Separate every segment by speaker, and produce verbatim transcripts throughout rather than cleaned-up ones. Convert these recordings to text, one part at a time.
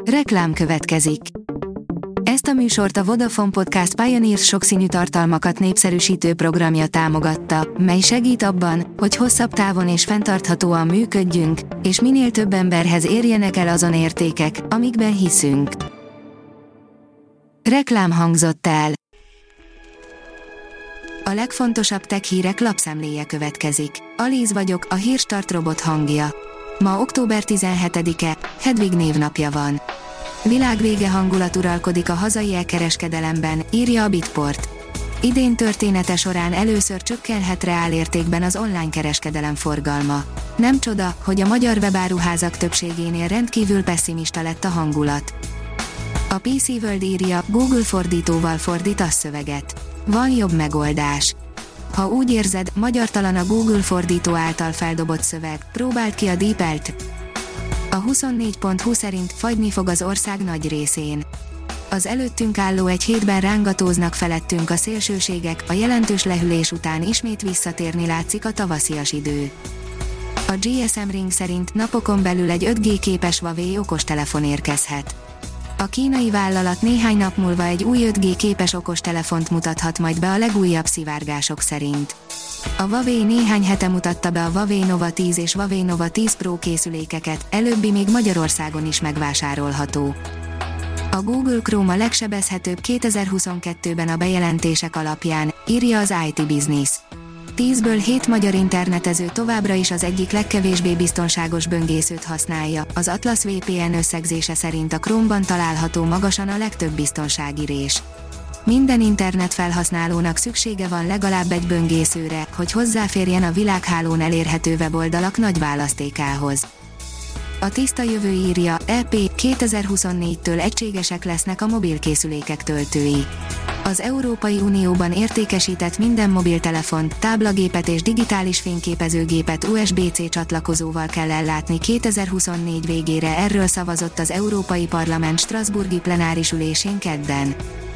Speaker 1: Reklám következik. Ezt a műsort a Vodafone Podcast Pioneers sokszínű tartalmakat népszerűsítő programja támogatta, mely segít abban, hogy hosszabb távon és fenntarthatóan működjünk, és minél több emberhez érjenek el azon értékek, amikben hiszünk. Reklám hangzott el. A legfontosabb tech hírek lapszemléje következik. Alíz vagyok, a Hírstart robot hangja. Ma október tizenhetedike, Hedvig névnapja van. Világvége hangulat uralkodik a hazai elkereskedelemben, írja a Bitport. Idén története során először csökkenhet reálértékben az online kereskedelem forgalma. Nem csoda, hogy a magyar webáruházak többségénél rendkívül pesszimista lett a hangulat. A pé cé World írja, Google fordítóval fordítasz szöveget. Van jobb megoldás. Ha úgy érzed, magyartalan a Google fordító által feldobott szöveg, próbáld ki a DeepL-t. A huszonnégy pont hu szerint fagyni fog az ország nagy részén. Az előttünk álló egy hétben rángatóznak felettünk a szélsőségek, a jelentős lehűlés után ismét visszatérni látszik a tavaszias idő. A gé es em Ring szerint napokon belül egy öt G képes Huawei okostelefon érkezhet. A kínai vállalat néhány nap múlva egy új öt G képes okostelefont mutathat majd be a legújabb szivárgások szerint. A Huawei néhány hete mutatta be a Huawei Nova tíz és Huawei Nova tíz Pro készülékeket, előbbi még Magyarországon is megvásárolható. A Google Chrome a legsebezhetőbb kétezer-huszonkettőben a bejelentések alapján, írja az i té Business. tízből hét magyar internetező továbbra is az egyik legkevésbé biztonságos böngészőt használja, az Atlas vé pé en összegzése szerint a Chrome-ban található magasan a legtöbb biztonsági rés. Minden internetfelhasználónak szüksége van legalább egy böngészőre, hogy hozzáférjen a világhálón elérhető weboldalak nagy választékához. A tiszta jövő írja, é pé kétezer-huszonnégytől egységesek lesznek a mobilkészülékek töltői. Az Európai Unióban értékesített minden mobiltelefont, táblagépet és digitális fényképezőgépet u es bé cé csatlakozóval kell ellátni kétezer-huszonnégy végére, erről szavazott az Európai Parlament strasbourgi plenáris ülésén kedden.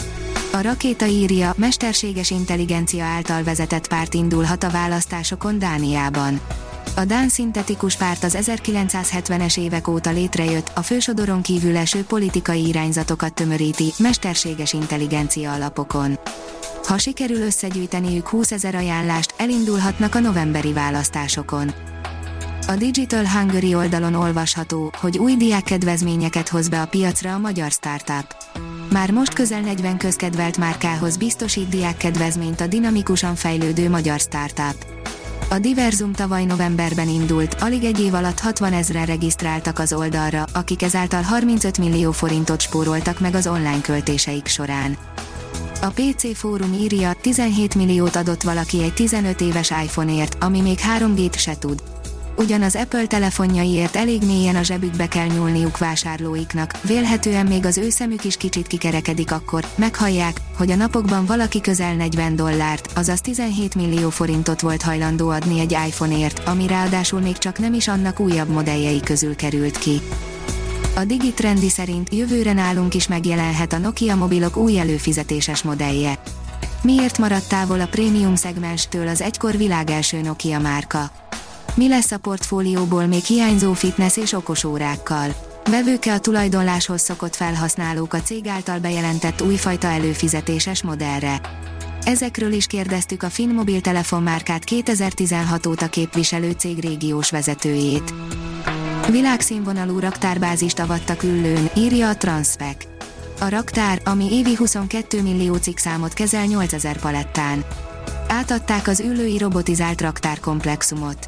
Speaker 1: A Rakéta írja, mesterséges intelligencia által vezetett párt indulhat a választásokon Dániában. A dán szintetikus párt az ezerkilencszázhetvenes évek óta létrejött, a fősodoron kívül eső politikai irányzatokat tömöríti, mesterséges intelligencia alapokon. Ha sikerül összegyűjteniük húszezer ajánlást, elindulhatnak a novemberi választásokon. A Digital Hungary oldalon olvasható, hogy új diákkedvezményeket hoz be a piacra a magyar startup. Már most közel negyven közkedvelt márkához biztosít diákkedvezményt a dinamikusan fejlődő magyar startup. A Diverzum tavaly novemberben indult, alig egy év alatt hatvanezren regisztráltak az oldalra, akik ezáltal harmincöt millió forintot spóroltak meg az online költéseik során. A pé cé Fórum írja, tizenhét milliót adott valaki egy tizenöt éves iPhone-ért, ami még három G-t se tud. Ugyan az Apple telefonjaiért elég mélyen a zsebükbe kell nyúlniuk vásárlóiknak, vélhetően még az ő szemük is kicsit kikerekedik akkor, meghallják, hogy a napokban valaki közel negyven dollárt, azaz tizenhét millió forintot volt hajlandó adni egy iPhone-ért, ami ráadásul még csak nem is annak újabb modelljei közül került ki. A Digitrendi szerint jövőre nálunk is megjelenhet a Nokia mobilok új előfizetéses modellje. Miért maradt távol a prémium szegmenstől az egykor világelső Nokia márka? Mi lesz a portfólióból még hiányzó fitness és okosórákkal? Vevőke a tulajdonláshoz szokott felhasználók a cég által bejelentett újfajta előfizetéses modellre. Ezekről is kérdeztük a finn mobiltelefonmárkát kétezer-tizenhat óta képviselő cég régiós vezetőjét. Világszínvonalú raktárbázist avattak Üllőn, írja a Transpec. A raktár, ami évi huszonkettő millió cikkszámot kezel nyolcezer palettán. Átadták az üllői robotizált raktárkomplexumot.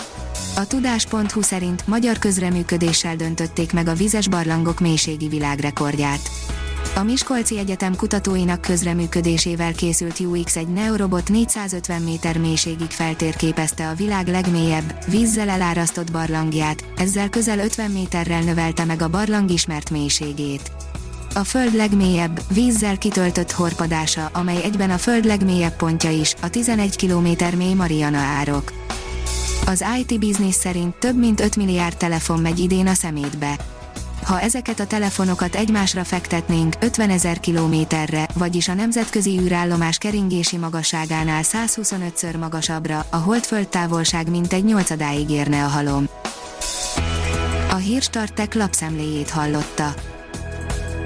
Speaker 1: A tudás pont hu szerint magyar közreműködéssel döntötték meg a vizes barlangok mélységi világrekordját. A Miskolci Egyetem kutatóinak közreműködésével készült u iksz egy Neorobot négyszázötven méter mélységig feltérképezte a világ legmélyebb, vízzel elárasztott barlangját, ezzel közel ötven méterrel növelte meg a barlang ismert mélységét. A Föld legmélyebb, vízzel kitöltött horpadása, amely egyben a Föld legmélyebb pontja is, a tizenegy kilométer mély Mariana-árok. Az i té Business szerint több mint öt milliárd telefon megy idén a szemétbe. Ha ezeket a telefonokat egymásra fektetnénk ötvenezer kilométerre, vagyis a nemzetközi űrállomás keringési magasságánál százhuszonötször magasabbra, a Hold-Föld távolság mintegy nyolcadáig érne a halom. A Hírstart Tech lapszemléjét hallotta.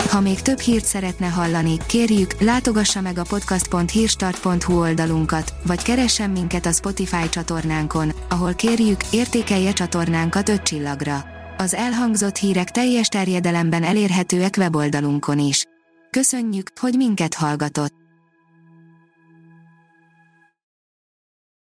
Speaker 1: Ha még több hírt szeretne hallani, kérjük, látogassa meg a podcast pont hírstart pont hu oldalunkat, vagy keressen minket a Spotify csatornánkon, ahol kérjük, értékelje csatornánkat öt csillagra. Az elhangzott hírek teljes terjedelemben elérhetőek weboldalunkon is. Köszönjük, hogy minket hallgatott!